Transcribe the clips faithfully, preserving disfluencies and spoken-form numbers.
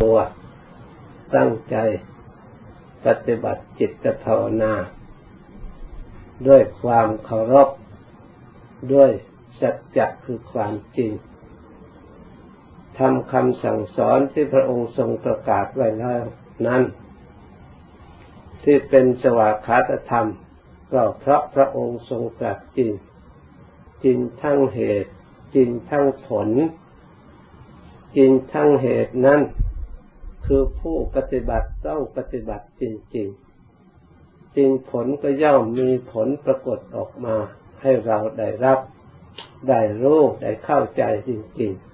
ตัวตั้งใจปฏิบัติจิตภาวนาด้วยความเคารพด้วยสัจจะคือความจริงทำคำสั่งสอนที่พระองค์ทรงประกาศไว้แล้วนั้นที่เป็นสวากขาตธรรมก็เพราะพระองค์ทรงตรัสจริงจริงทั้งเหตุจริงทั้งผลจริงทั้งเหตุนั้นคือผู้ปฏิบัติต้องปฏิบัติจริงๆจริงผลก็ย่อมมีผลปรากฏออกมาให้เราได้รับได้รู้ได้เข้าใจจริง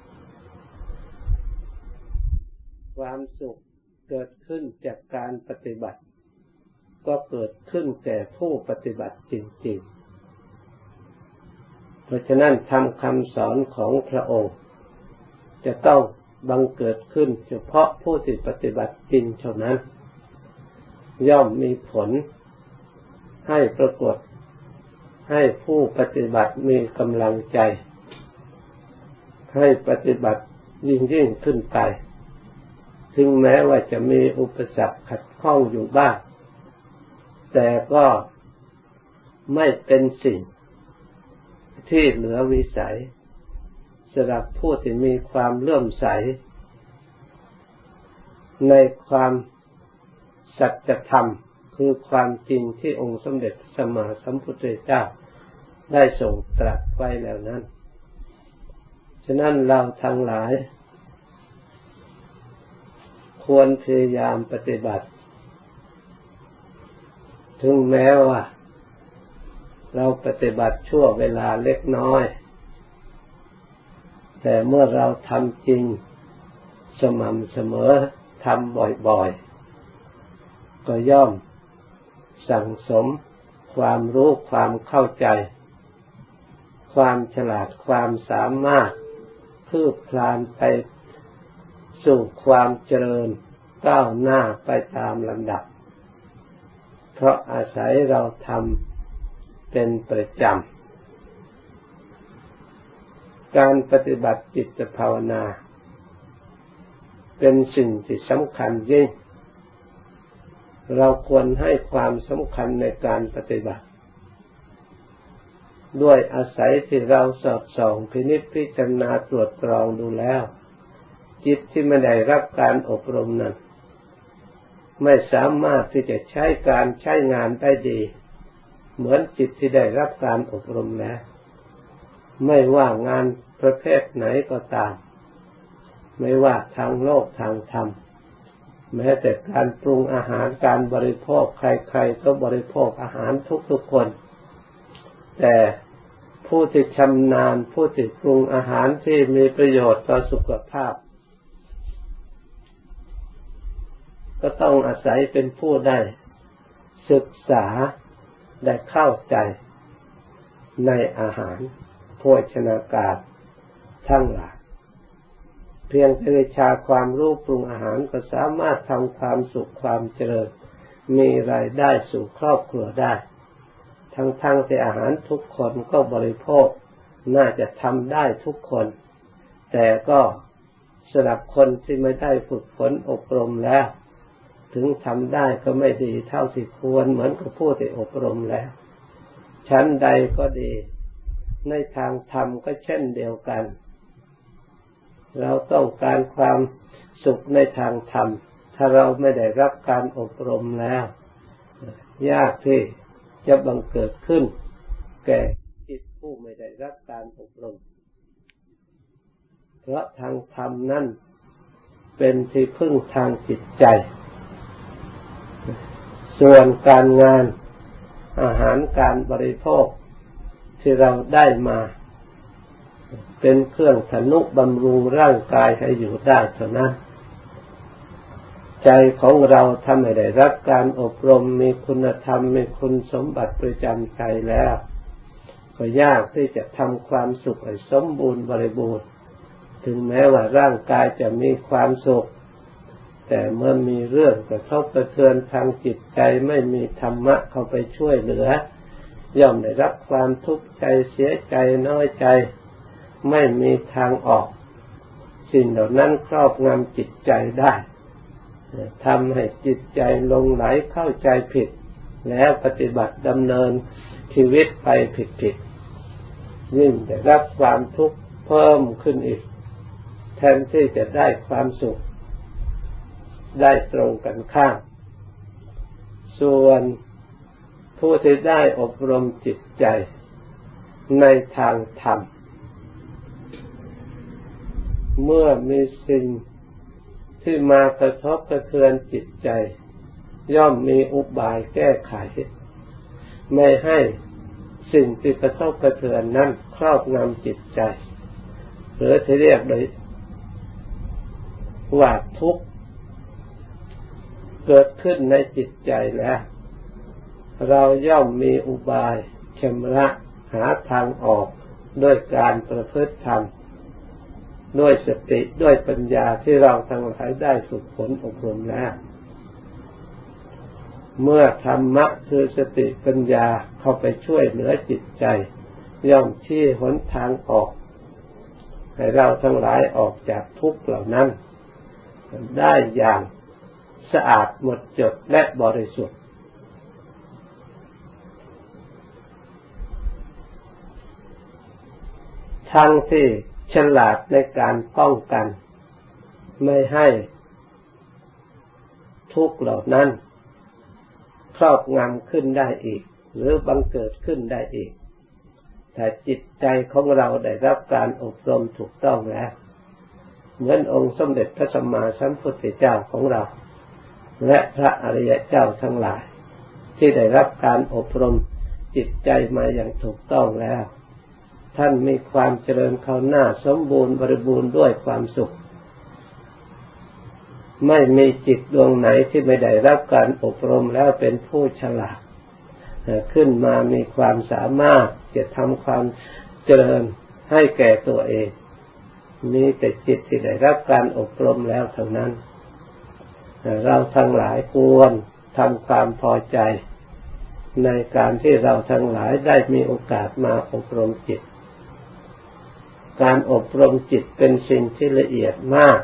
ๆความสุขเกิดขึ้นจากการปฏิบัติก็เกิดขึ้นแก่ผู้ปฏิบัติจริงๆเพราะฉะนั้นทำคำสอนของพระองค์จะต้องบังเกิดขึ้นเฉพาะผู้ที่ปฏิบัติจริงเท่านั้นย่อมมีผลให้ปรากฏให้ผู้ปฏิบัติมีกำลังใจให้ปฏิบัติยิ่งยิ่งขึ้นไปถึงแม้ว่าจะมีอุปสรรคขัดข้องอยู่บ้างแต่ก็ไม่เป็นสิ่งที่เหลือวิสัยสำหรับผู้ที่มีความเลื่อมใสในความสัจธรรมคือความจริงที่องค์สมเด็จพระสัมมาสัมพุทธเจ้าได้ทรงตรัสไว้แล้วนั้นฉะนั้นเราทั้งหลายควรพยายามปฏิบัติถึงแม้ว่าเราปฏิบัติชั่วเวลาเล็กน้อยแต่เมื่อเราทำจริงสม่ำเสมอทำบ่อยๆก็ย่อมสั่งสมความรู้ความเข้าใจความฉลาดความสามารถคืบคลานไปสู่ความเจริญก้าวหน้าไปตามลำดับเพราะอาศัยเราทำเป็นประจำการปฏิบัติจิตภาวนาเป็นสิ่งที่สำคัญยิ่งเราควรให้ความสำคัญในการปฏิบัติด้วยอาศัยที่เราสอดส่องพินิจพิจารณาตรวจตรองดูแล้วจิตที่ไม่ได้รับการอบรมนั้นไม่สามารถที่จะใช้การใช้งานได้ดีเหมือนจิตที่ได้รับการอบรมแล้วไม่ว่างานประเภทไหนก็ตามไม่ว่าทางโลกทางธรรมแม้แต่การปรุงอาหารการบริโภคใครๆก็บริโภคอาหารทุกๆคนแต่ผู้ที่ชำนาญผู้ที่ปรุงอาหารที่มีประโยชน์ต่อสุขภาพก็ต้องอาศัยเป็นผู้ได้ศึกษาได้เข้าใจในอาหารโภชนาการทั้งหลายเพียงแต่วิชาความรู้ปรุงอาหารก็สามารถทำความสุขความเจริญมีรายได้สู่ครอบครัวได้ทั้งๆที่อาหารทุกคนก็บริโภคน่าจะทำได้ทุกคนแต่ก็สำหรับคนที่ไม่ได้ฝึกฝนอบรมแล้วถึงทำได้ก็ไม่ดีเท่าที่ควรเหมือนกับผู้ที่อบรมแล้วชั้นใดก็ดีในทางธรรมก็เช่นเดียวกันเราต้องการความสุขในทางธรรมถ้าเราไม่ได้รับการอบรมแล้วยากที่จะบังเกิดขึ้นแก่จิตผู้ไม่ได้รับการอบรมเพราะทางธรรมนั้นเป็นที่พึ่งทางจิตใจส่วนการงานอาหารการบริโภคที่เราได้มาเป็นเครื่องทนุบำรุงร่างกายให้อยู่ได้เท่านั้นใจของเราถ้าไม่ได้รับการอบรมมีคุณธรรมมีคุณสมบัติประจำใจแล้วก็ยากที่จะทำความสุขให้สมบูรณ์บริบูรณ์ถึงแม้ว่าร่างกายจะมีความสุขแต่เมื่อมีเรื่องกระทบกระเทือนทางจิตใจไม่มีธรรมะเข้าไปช่วยเหลือย่อมได้รับความทุกข์ใจเสียใจน้อยใจไม่มีทางออกสิ่งเหล่านั้นครอบงำจิตใจได้ทำให้จิตใจหลงไหลเข้าใจผิดแล้วปฏิบัติดำเนินชีวิตไปผิดๆยิ่งได้รับความทุกข์เพิ่มขึ้นอีกแทนที่จะได้ความสุขได้ตรงกันข้ามส่วนผู้ที่ได้อบรมจิตใจในทางธรรมเมื่อมีสิ่งที่มากระทบกระเทือนจิตใจย่อมมีอุบายแก้ไขไม่ให้สิ่งที่กระทบกระเทือนนั้นครอบงำจิตใจหรือที่เรียกโดยว่าทุกข์เกิดขึ้นในจิตใจแล้วเราย่อมมีอุบายชำระหาทางออกด้วยการประพฤติธรรมด้วยสติด้วยปัญญาที่เราทั้งหลายได้ฝึกฝนอบรมแล้วเมื่อธรรมะคือสติปัญญาเข้าไปช่วยเหลือจิตใจย่อมชี้หนทางออกให้เราทั้งหลายออกจากทุกข์เหล่านั้นได้อย่างสะอาดหมดจดและบริสุทธิ์ทั้งที่ฉลาดในการป้องกันไม่ให้ทุกข์เหล่านั้นครอบงำขึ้นได้อีกหรือบังเกิดขึ้นได้อีกแต่จิตใจของเราได้รับการอบรมถูกต้องแล้วเหมือนองค์สมเด็จพระสัมมาสัมพุทธเจ้าของเราและพระอริยเจ้าทั้งหลายที่ได้รับการอบรมจิตใจมาอย่างถูกต้องแล้วท่านมีความเจริญก้าวหน้าสมบูรณ์บริบูรณ์ด้วยความสุขไม่มีจิตดวงไหนที่ไม่ได้รับการอบรมแล้วเป็นผู้ฉลาดขึ้นมามีความสามารถจะทำความเจริญให้แก่ตัวเองมีแต่จิตที่ได้รับการอบรมแล้วเท่านั้นเราทั้งหลายควรทำความพอใจในการที่เราทั้งหลายได้มีโอกาสมาอบรมจิตการอบรมจิตเป็นสิ่งที่ละเอียดมาก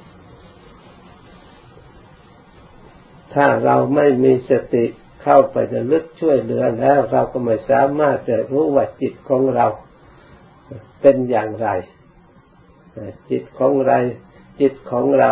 ถ้าเราไม่มีสติเข้าไประลึกช่วยเหลือแล้วเราก็ไม่สามารถจะรู้ว่าจิตของเราเป็นอย่างไรจิตของเราจิตของเรา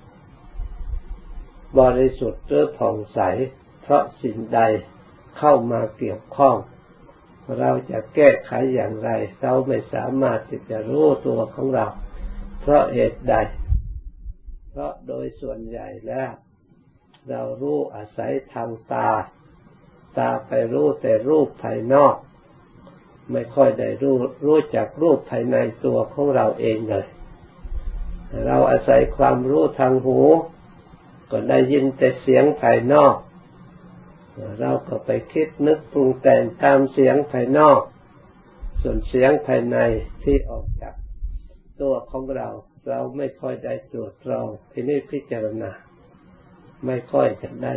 บริสุทธิ์หรือผ่องใสเพราะสิ่งใดเข้ามาเกี่ยวข้องเราจะแก้ไขอย่างไรเราไม่สามารถที่จะรู้ตัวของเราเพราะเหตุใดเพราะโดยส่วนใหญ่แล้วเรารู้อาศัยทางตาตาไปรู้แต่รูปภายนอกไม่ค่อยได้รู้รู้จักรูปภายในตัวของเราเองเลยเราอาศัยความรู้ทางหูก็ได้ยินแต่เสียงภายนอกเราก็ไปคิดนึกปรุงแต่งตามเสียงภายนอกส่วนเสียงภายในที่ออกจากตัวของเราเราไม่ค่อยได้ตรวจตรองที่นี่พิจารณาไม่ค่อยจะได้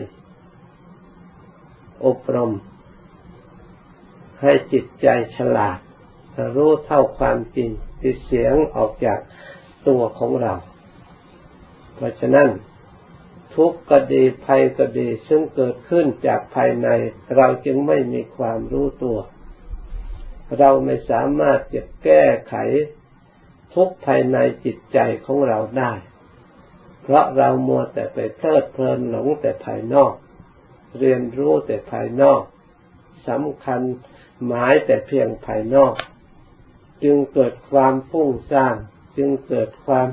อบรมให้จิตใจฉลาดรู้เท่าความจริงที่เสียงออกจากตัวของเราเพราะฉะนั้นทุกข์ก็ดีภัยก็ดีซึ่งเกิดขึ้นจากภายในเราจึงไม่มีความรู้ตัวเราไม่สามารถจะแก้ไขทุกข์ภายในจิตใจของเราได้เพราะเรามัวแต่ไปเพลิดเพลินหลงแต่ภายนอกเรียนรู้แต่ภายนอกสำคัญหมายแต่เพียงภายนอกจึงเกิดความฟุ้งซ่านจึงเกิดความ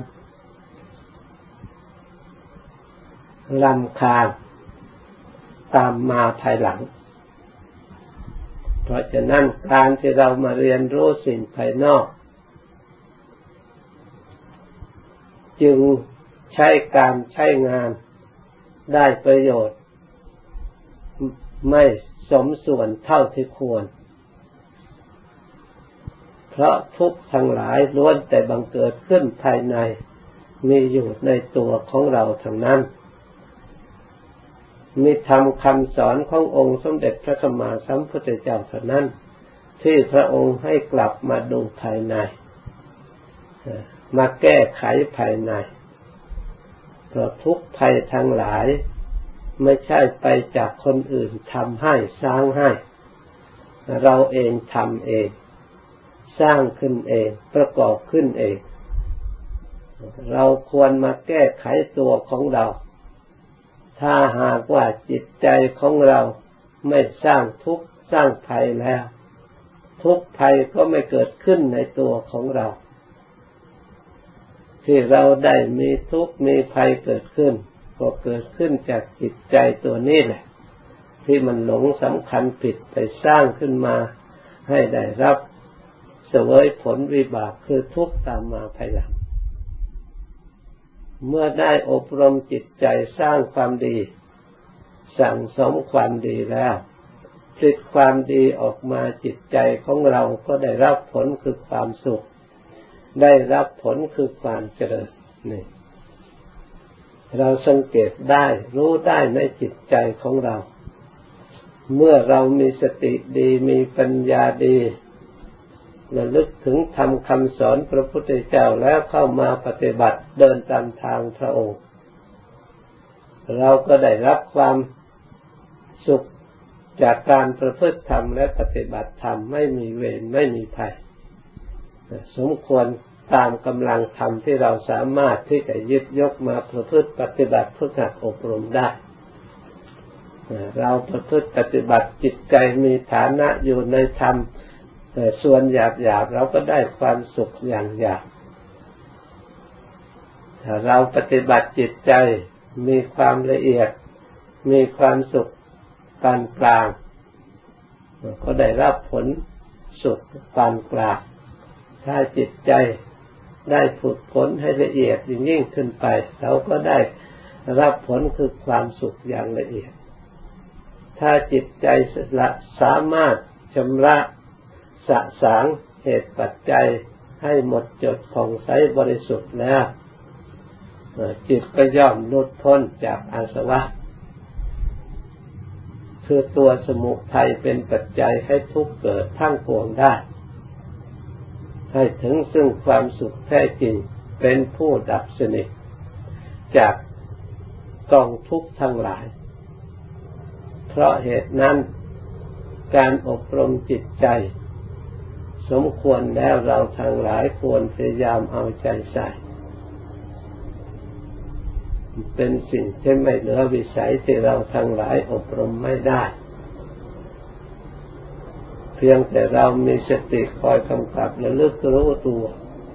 รำคาญตามมาภายหลังเพราะฉะนั้นการที่เรามาเรียนรู้สิ่งภายนอกจึงใช้การใช้งานได้ประโยชน์ไม่สมส่วนเท่าที่ควรเพราะทุกข์ทั้งหลายล้วนแต่บังเกิดขึ้นภายในมีอยู่ในตัวของเราทั้งนั้นมีธรรมคำสอนขององค์สมเด็จพระสัมมาสัมพุทธเจ้าเท่านั้นที่พระองค์ให้กลับมาดูภายในมาแก้ไขภายในเพราะทุกข์ภัยทั้งหลายไม่ใช่ไปจากคนอื่นทำให้สร้างให้เราเองทำเองสร้างขึ้นเองประกอบขึ้นเองเราควรมาแก้ไขตัวของเราถ้าหากว่าจิตใจของเราไม่สร้างทุกข์สร้างภัยแล้วทุกข์ภัยก็ไม่เกิดขึ้นในตัวของเราที่เราได้มีทุกข์มีภัยเกิดขึ้นก็เกิดขึ้นจากจิตใจตัวนี้แหละที่มันหลงสำคัญผิดไปสร้างขึ้นมาให้ได้รับเสวยผลวิบากคือทุกข์ตามมาภายหลังเมื่อได้อบรมจิตใจสร้างความดีสั่งสมความดีแล้วผลิตความดีออกมาจิตใจของเราก็ได้รับผลคือความสุขได้รับผลคือความเจริญนี่เราสังเกตได้รู้ได้ในจิตใจของเราเมื่อเรามีสติดีมีปัญญาดีระลึกถึงธรรมคำสอนพระพุทธเจ้าแล้วเข้ามาปฏิบัติเดินตามทางพระองค์เราก็ได้รับความสุขจากการประพฤติธรรมและปฏิบัติธรรมไม่มีเวรไม่มีภัยสมควรตามกำลังธรรมที่เราสามารถที่จะยึดยกมาประพฤติปฏิบัติฝึกหัดอบรมได้เราประพฤติปฏิบัติจิตใจมีฐานะอยู่ในธรรมแต่ส่วนหยาบๆเราก็ได้ความสุขอย่างหยาบถ้าเราปฏิบัติจิตใจมีความละเอียดมีความสุขปานกลางก็ได้รับผลสุขปานกลางถ้าจิตใจได้ฝึกฝนให้ละเอียดยิ่งขึ้นไปเราก็ได้รับผลคือความสุขอย่างละเอียดถ้าจิตใจสามารถชำระสะสางเหตุปัจจัยให้หมดจดผ่องใสบริสุทธิ์แล้วจิตก็ย่อมหลุดพ้นจากอาสวะคือตัวสมุทัยเป็นปัจจัยให้ทุกข์เกิดทั้งปวงได้ให้ถึงซึ่งความสุขแท้จริงเป็นผู้ดับสนิทจากกองทุกข์ทั้งหลายเพราะเหตุนั้นการอบรมจิตใจสมควรแล้วเราทั้งหลายควรพยายามเอาใจใส่เป็นสิ่งที่ไม่เหลือวิสัยที่เราทั้งหลายอบรมไม่ได้เพียงแต่เรามีสติคอยกำกับและลึกรู้ตัว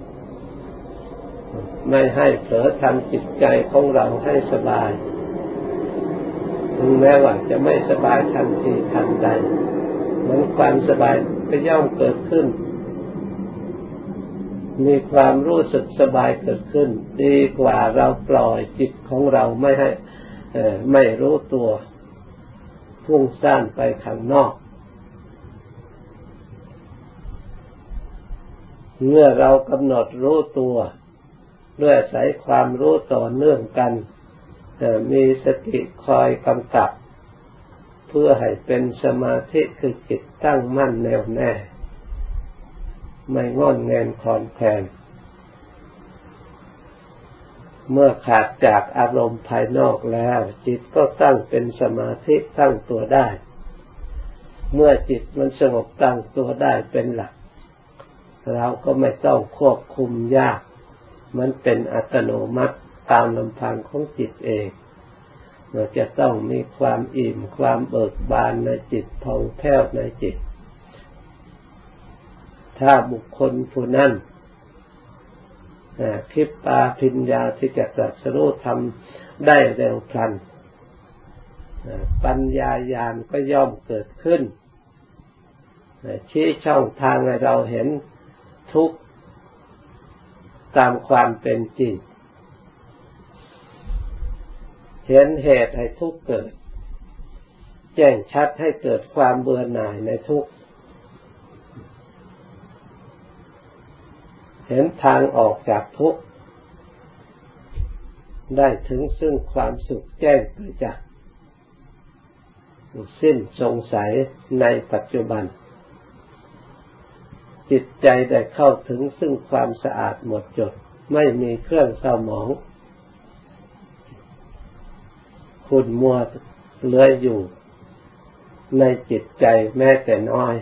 ไม่ให้เผลอทำจิตใจของเราให้สบายถึงแม้ว่าจะไม่สบายทันทีทันใดมันความสบายก็ย่อมเกิดขึ้นมีความรู้สึกสบายเกิดขึ้นดีกว่าเราปล่อยจิตของเราไม่ให้ไม่รู้ตัวพุ่งซ่านไปข้างนอกเมื่อเรากำหนดรู้ตัวด้วยอาศัยความรู้ต่อเนื่องกันมีสติคอยกำกับเพื่อให้เป็นสมาธิคือจิตตั้งมั่นแน่วแน่ไม่งอนแงนคลอนแคลนเมื่อขาดจากอารมณ์ภายนอกแล้วจิตก็ตั้งเป็นสมาธิตั้งตัวได้เมื่อจิตมันสงบตั้งตัวได้เป็นหลักเราก็ไม่ต้องควบคุมยากมันเป็นอัตโนมัติตามลำพังของจิตเองเราจะต้องมีความอิ่มความเบิกบานในจิตผ่องแผ้วในจิตถ้าบุคคลผู้นั้นคิดปาภิญญาที่จะตรัสรู้ทำได้เร็วพลันปัญญาญาณก็ย่อมเกิดขึ้นชี้ช่องทางให้เราเห็นทุกข์ตามความเป็นจริงเห็นเหตุให้ทุกข์เกิดแจ้งชัดให้เกิดความเบื่อหน่ายในทุกข์เห็นทางออกจากทุกข์ได้ถึงซึ่งความสุขแจ้งประจักษ์สิ้นสงสัยในปัจจุบันจิตใจได้เข้าถึงซึ่งความสะอาดหมดจดไม่มีเครื่องเศร้าหมองขุ่นมัวเลื้อยอยู่ในจิตใจแม้แต่น้อย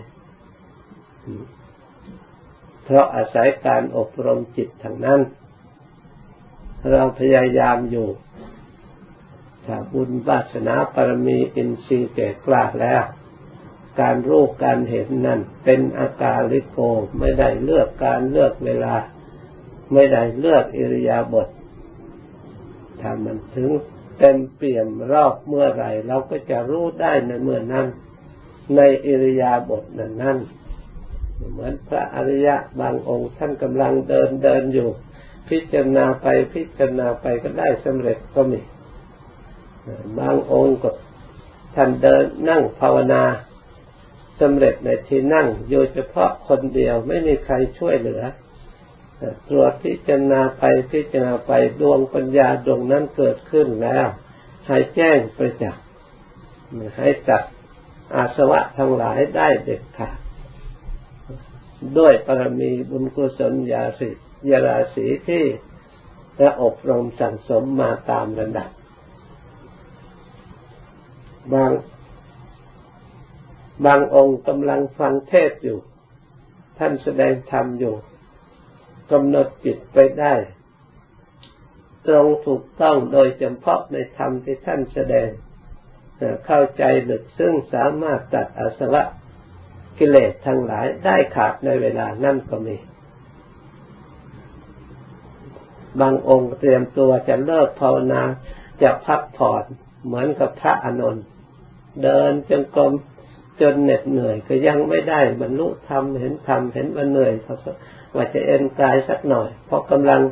เพราะอาศัยการอบรมจิตทางนั้นเราพยายามอยู่ถ้าบุญวาสนาบารมีอินทรีย์แก่กล้าแล้วการรู้การเห็นนั่นเป็นอากาลิโกไม่ได้เลือกการเลือกเวลาไม่ได้เลือกอิริยาบถถ้ามันถึงเต็มเปี่ยมรอบเมื่อไรเราก็จะรู้ได้ในเมื่อนั้นในอิริยาบถนั้นนั้นเหมือนพระอริยะบางองค์ท่านกำลังเดินเดินอยู่พิจารณาไปพิจารณาไปก็ได้สำเร็จก็มีบางองค์ก็ท่านเดินนั่งภาวนาสำเร็จในที่นั่งโดยเฉพาะคนเดียวไม่มีใครช่วยเหลือตรวจพิจารณาไปพิจารณาไปดวงปัญญาดวงนั้นเกิดขึ้นแล้วให้แจ้งประจักษ์ให้ตัดอาสวะทั้งหลายได้เด็ดขาดด้วยบารมีบุญกุศลญาสิยาราศีที่ได้อบรมสั่งสมมาตามระดับบางบางองค์กำลังฟังเทศอยู่ท่านแสดงธรรมอยู่กำหนดจิตไปได้ตรงถูกต้องโดยเฉพาะในธรรมที่ท่านแสดงเข้าใจลึกซึ่งสามารถตัดอาสวะกิเลสทั้งหลายได้ขาดในเวลานั้นก็มีบางองค์เตรียมตัวจะเลิกภาวนาจะพักผ่อนเหมือนกับพระอานนท์เดินจงกรมจนเหน็ดเหนื่อยก็ยังไม่ได้บรรลุธรรมเห็นธรรมเห็นว่าเหนื่อยว่าจะเอ็นกายสักหน่อยเพราะกำลัง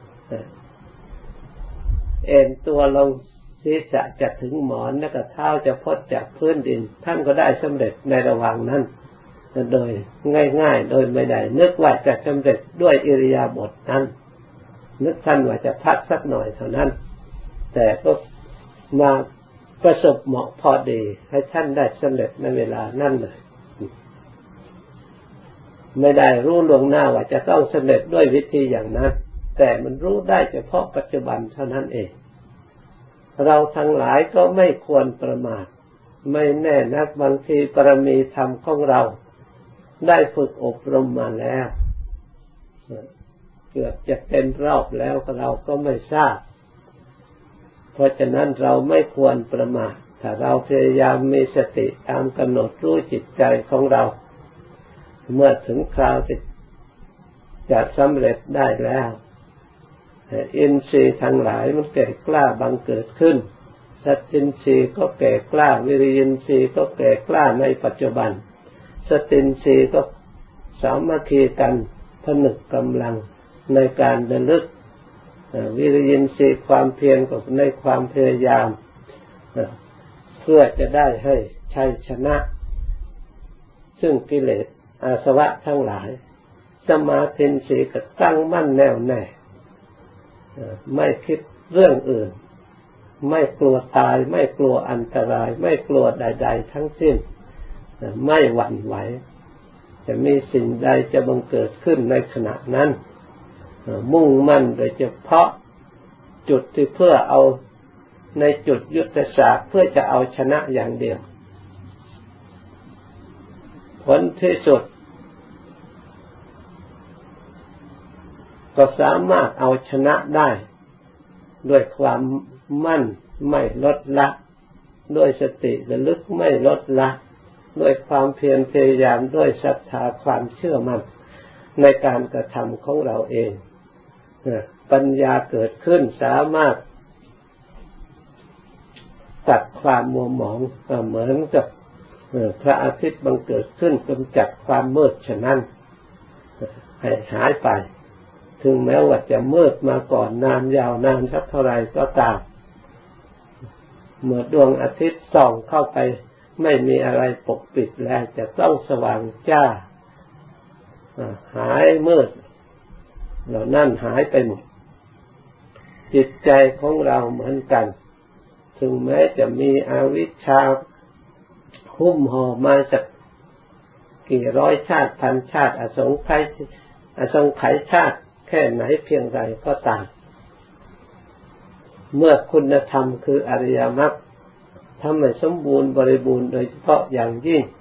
เอ็นตัวลงศีรษะจะถึงหมอนแล้วก็เท้าจะพ้นจากพื้นดินท่านก็ได้สำเร็จในระหว่างนั้นโดยง่ายๆโดยไม่ได้นึกว่าจะสำเร็จด้วยอิริยาบถนั้นนึกท่านว่าจะพักสักหน่อยเท่านั้นแต่ก็มาประสบเหมาะพอดีให้ท่านได้สำเร็จในเวลานั้นเลยไม่ได้รู้ล่วงหน้าว่าจะต้องสำเร็จด้วยวิธีอย่างนั้นแต่มันรู้ได้เฉพาะปัจจุบันเท่านั้นเองเราทั้งหลายก็ไม่ควรประมาทไม่แน่นักบางทีบารมีธรรมของเราได้ฝึกอบรมมาแล้วเกือบจะเต็มรอบแล้วเราก็ไม่ทราบเพราะฉะนั้นเราไม่ควรประมาทถ้าเราพยายามมีสติตามกำหนดรู้จิตใจของเราเมื่อถึงคราวที่จะสำเร็จได้แล้วอินทรีย์ทั้งหลายมันแก่กล้าบังเกิดขึ้นสัตทินทรีย์ก็แก่กล้าวิริยินทรีย์ก็แก่กล้าในปัจจุบันสตินทรีย์ก็สามัคคีกันผนึกกำลังในการระลึกวิริยินทรีย์ความเพียรก็ในความพยายามเพื่อจะได้ให้ชัยชนะซึ่งกิเลสอาสวะทั้งหลายสมาธินทรีย์ก็ตั้งมั่นแน่วแน่ไม่คิดเรื่องอื่นไม่กลัวตายไม่กลัวอันตรายไม่กลัวใดๆทั้งสิ้นไม่หวั่นไหวจะมีสิ่งใดจะบังเกิดขึ้นในขณะนั้นมุ่งมั่นโดยเฉพาะจุดที่เพื่อเอาในจุดยุทธศาสตร์เพื่อจะเอาชนะอย่างเดียวผลที่สุดก็สามารถเอาชนะได้ด้วยความมั่นไม่ลดละด้วยสติระลึกไม่ลดละด้วยความเพียรพยายามด้วยศรัทธาความเชื่อมั่นในการกระทำของเราเองปัญญาเกิดขึ้นสามารถตัดความมัวหมองเหมือนกับพระอาทิตย์บังเกิดขึ้นกำจัดความมืดฉะนั้นให้หายไปถึงแม้ว่าจะมืดมาก่อนนานยาวนานสักเท่าไรก็ตามเมื่อดวงอาทิตย์ส่องเข้าไปไม่มีอะไรปกปิดแล้วจะต้องสว่างจ้าหายมืดเหล่านั้นหายไปหมดจิตใจของเราเหมือนกันถึงแม้จะมีอวิชชาหุ้มห่อมาสักกี่ร้อยชาติพันชาติอสงไขยอสงไขยชาติแค่ไหนเพียงไรก็ตามเมื่อคุณธรรมคืออริยมรรคทำให้สมบูรณ์บริบูรณ์โดยเฉพาะอย่างยิ่ง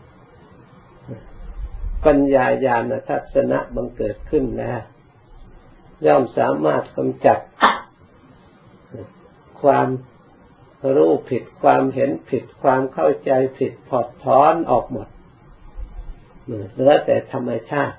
ปัญญาญาณทัศนะบังเกิดขึ้นแล้วย่อมสามารถกำจัดความรู้ผิดความเห็นผิดความเข้าใจผิดถอดถอนออกหมดเหลือแต่ธรรมชาติ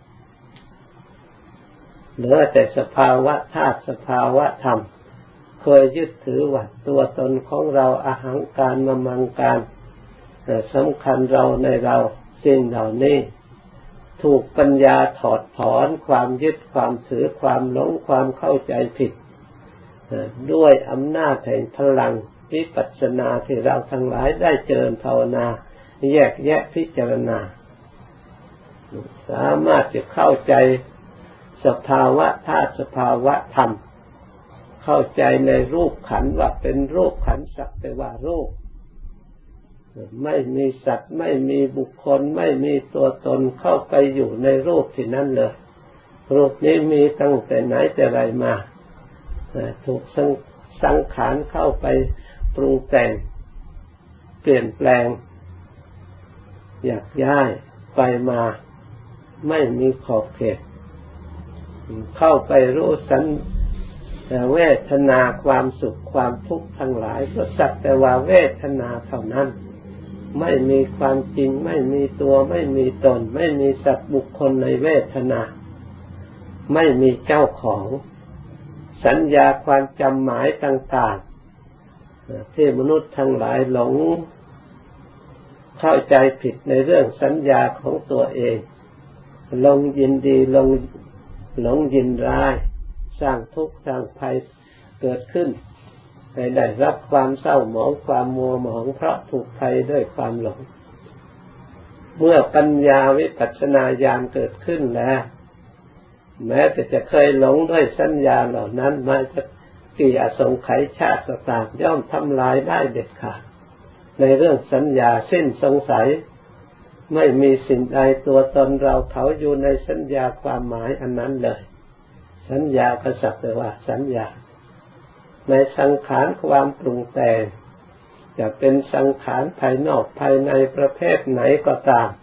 เหลือแต่สภาวะธาตุสภาวะธรรมเคยยึดถือว่าตัวตนของเราอหังการมมังการสำคัญเราในเราสิ่งเหล่านี้ถูกปัญญาถอดถอนความยึดความถือความหลงความเข้าใจผิดด้วยอำนาจแห่งพลังวิปัสสนาที่เราทั้งหลายได้เจริญภาวนาแยกแยะพิจารณาสามารถจะเข้าใจสภาวะธาตุสภาวะธรรมเข้าใจในรูปขันธ์ว่าเป็นรูปขันธ์สักแต่ว่ารูปไม่มีสัตว์ไม่มีบุคคลไม่มีตัวตนเข้าไปอยู่ในรูปที่นั่นเลยรูปนี้มีตั้งแต่ไหนแต่ไรมาถูกสังขารเข้าไปปรุงแต่งเปลี่ยนแปลงอยากย้ายไปมาไม่มีขอบเขตเข้าไปรู้สัญเวทนาความสุขความทุกข์ทั้งหลายก็สักแต่ว่าเวทนาเท่านั้นไม่มีความจริงไม่มีตัวไม่มีตนไม่มีสัตว์บุคคลในเวทนาไม่มีเจ้าของสัญญาความจำหมายต่างๆที่มนุษย์ทั้งหลายหลงเข้าใจผิดในเรื่องสัญญาของตัวเองหลงยินดีหลงหลงยินร้ายสร้างทุกข์สร้างภัยเกิดขึ้นให้ได้รับความเศร้าหมองความมัวหมองเพราะถูกภัยด้วยความหลงเมื่อปัญญาวิปัสสนาญาณเกิดขึ้นแล้วแม้แต่จะเคยหลงด้วยสัญญาเหล่านั้นมาจะกี่อสงไขยชาติต่างย่อมทำลายได้เด็ดขาดในเรื่องสัญญาสิ้นสงสัยไม่มีสิ่งใดตัวตนเราเขาอยู่ในสัญญาความหมายอันนั้นเลยสัญญาก็สักแต่ว่าสัญญาในสังขารความปรุงแต่งจะเป็นสังขารภายนอกภายในประเภทไหนก็ตาม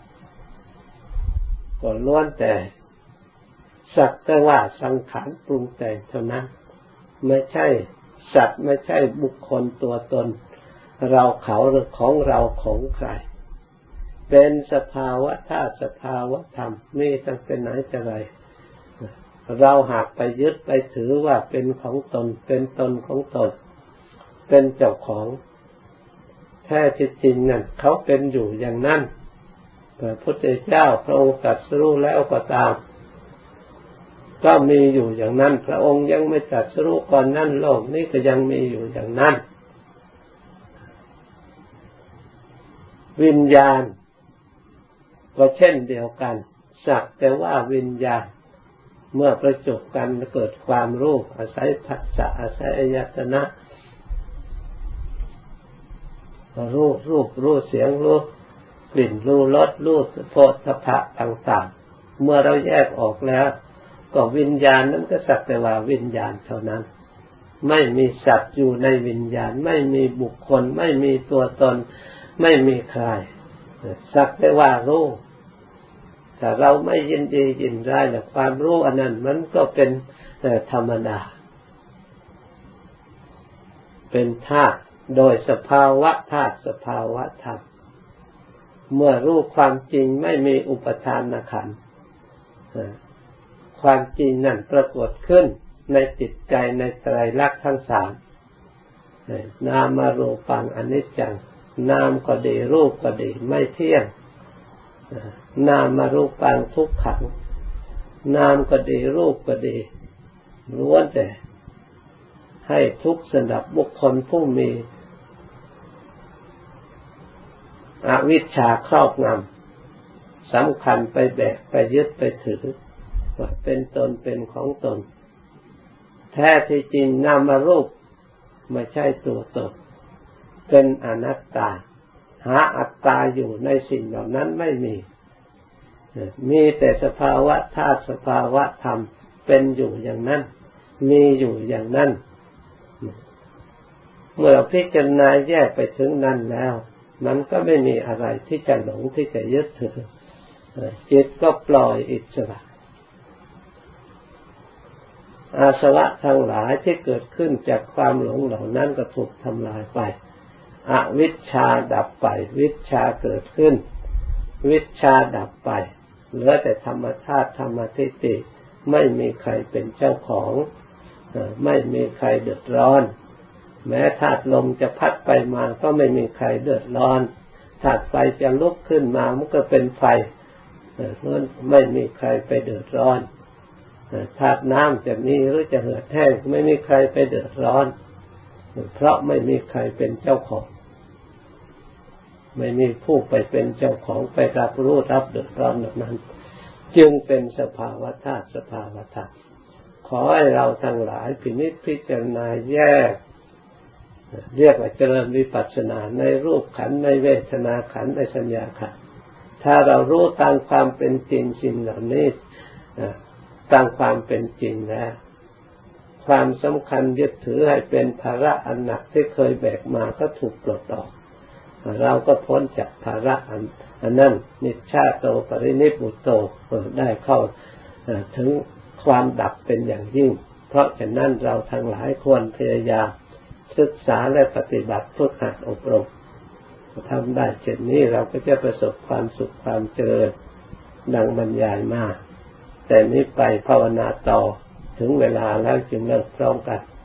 ก็ล้วนแต่สักแต่ว่าสังขารปรุงแต่งเท่านั้นไม่ใช่สัตว์ไม่ใช่บุคคลตัวตนเราเขาหรือของเราของใครเป็นสภาวะธาตุสภาวะธรรมมีตั้งแต่ไหนแต่ไรเราหากไปยึดไปถือว่าเป็นของตนเป็นตนของตนเป็นเจ้าของแท้ที่จริงนั่นเขาเป็นอยู่อย่างนั้นพระพุทธเจ้าพระองค์ตรัสรู้แล้วก็ตามก็มีอยู่อย่างนั้นพระองค์ยังไม่ตรัสรู้ก่อนนั้นโลกนี้ก็ยังมีอยู่อย่างนั้นวิญญาณก็เช่นเดียวกันสักแต่ว่าวิญญาณเมื่อประจบกันเกิดความรู้อาศัยผัสสะอาศัยอายตนะรู้รูปรู้เสียงรู้กลิ่นรู้รสรู้โผฏฐัพพะต่างๆเมื่อเราแยกออกแล้วก็วิญญาณนั้นก็สักแต่ว่าวิญญาณเท่านั้นไม่มีสัตว์อยู่ในวิญญาณไม่มีบุคคลไม่มีตัวตนไม่มีใครสักแต่ว่ารู้ถ้าเราไม่ยินดียินร้ายแต่ความรู้อันนั้นมันก็เป็นธรรมดาเป็นธาตุโดยสภาวะธาตุสภาวะธรรมเมื่อรู้ความจริงไม่มีอุปทานขันธ์ความจริงนั่นปรากฏขึ้นในจิตใจในไตรลักษณ์ทั้งสามนามรูปังอนิจจังนามก็ดีรูปก็ดีไม่เที่ยงนามรูปังทุกขังนามก็ดีรูปก็ดีล้วนแต่ให้ทุกข์สำหรับบุคคลผู้มีอวิชชาครอบงำสำคัญไปแบกไปยึดไปถือว่าเป็นตนเป็นของตนแท้ที่จริงนามรูปไม่ใช่ตัวตนเป็นอนัตตาหาอัตตาอยู่ในสิ่งเหล่านั้นไม่มีมีแต่สภาวะธาตุสภาวะธรรมเป็นอยู่อย่างนั้นมีอยู่อย่างนั้นเมื่อเราพิจารณาแยกไปถึงนั้นแล้วมันก็ไม่มีอะไรที่จะหลงที่จะยึดถือจิตก็ปล่อยอิสระอาสวะทั้งหลายที่เกิดขึ้นจากความหลงเหล่านั้นก็ถูกทำลายไปอวิชชาดับไปวิชชาเกิดขึ้นวิชชาดับไปเหลือแต่ธรรมชาติธรรมทิฏฐิไม่มีใครเป็นเจ้าของไม่มีใครเดือดร้อนแม้ธาตุลมจะพัดไปมาก็ไม่มีใครเดือดร้อนธาตุไฟจะลุกขึ้นมามันก็เป็นไฟนั้นไม่มีใครไปเดือดร้อนธาตุน้ำจะมีหรือจะเหือดแห้งไม่มีใครไปเดือดร้อนเพราะไม่มีใครเป็นเจ้าของไม่มีผู้ไปเป็นเจ้าของไปรับรู้รับเดือดร้อนแบบนั้นจึงเป็นสภาวะธาตุสภาวะธรรมขอให้เราทั้งหลายพินิจพิจารณาแยกเรียกว่าเจริญวิปัสสนาในรูปขันธ์ในเวทนาขันธ์ในสัญญาขันธ์ถ้าเรารู้ตามความเป็นจริงสิ่งเหล่านี้ตามความเป็นจริงแล้วความสำคัญยึดถือให้เป็นภาระอันหนักที่เคยแบกมาก็ถูกปลดออกเราก็พ้นจากภาระอันอันนั้นนิชฌาโตปรินิพพุโตได้เข้าถึงความดับเป็นอย่างยิ่งเพราะฉะนั้นเราทั้งหลายควรพยายามศึกษาและปฏิบัติฝึกหัดอบรมทำได้เช่นนี้เราก็จะประสบความสุขความเจริญดังบรรยายมาแต่นี้ไปภาวนาต่อถึงเวลาแล้วจึงเลิกพร้อมกัน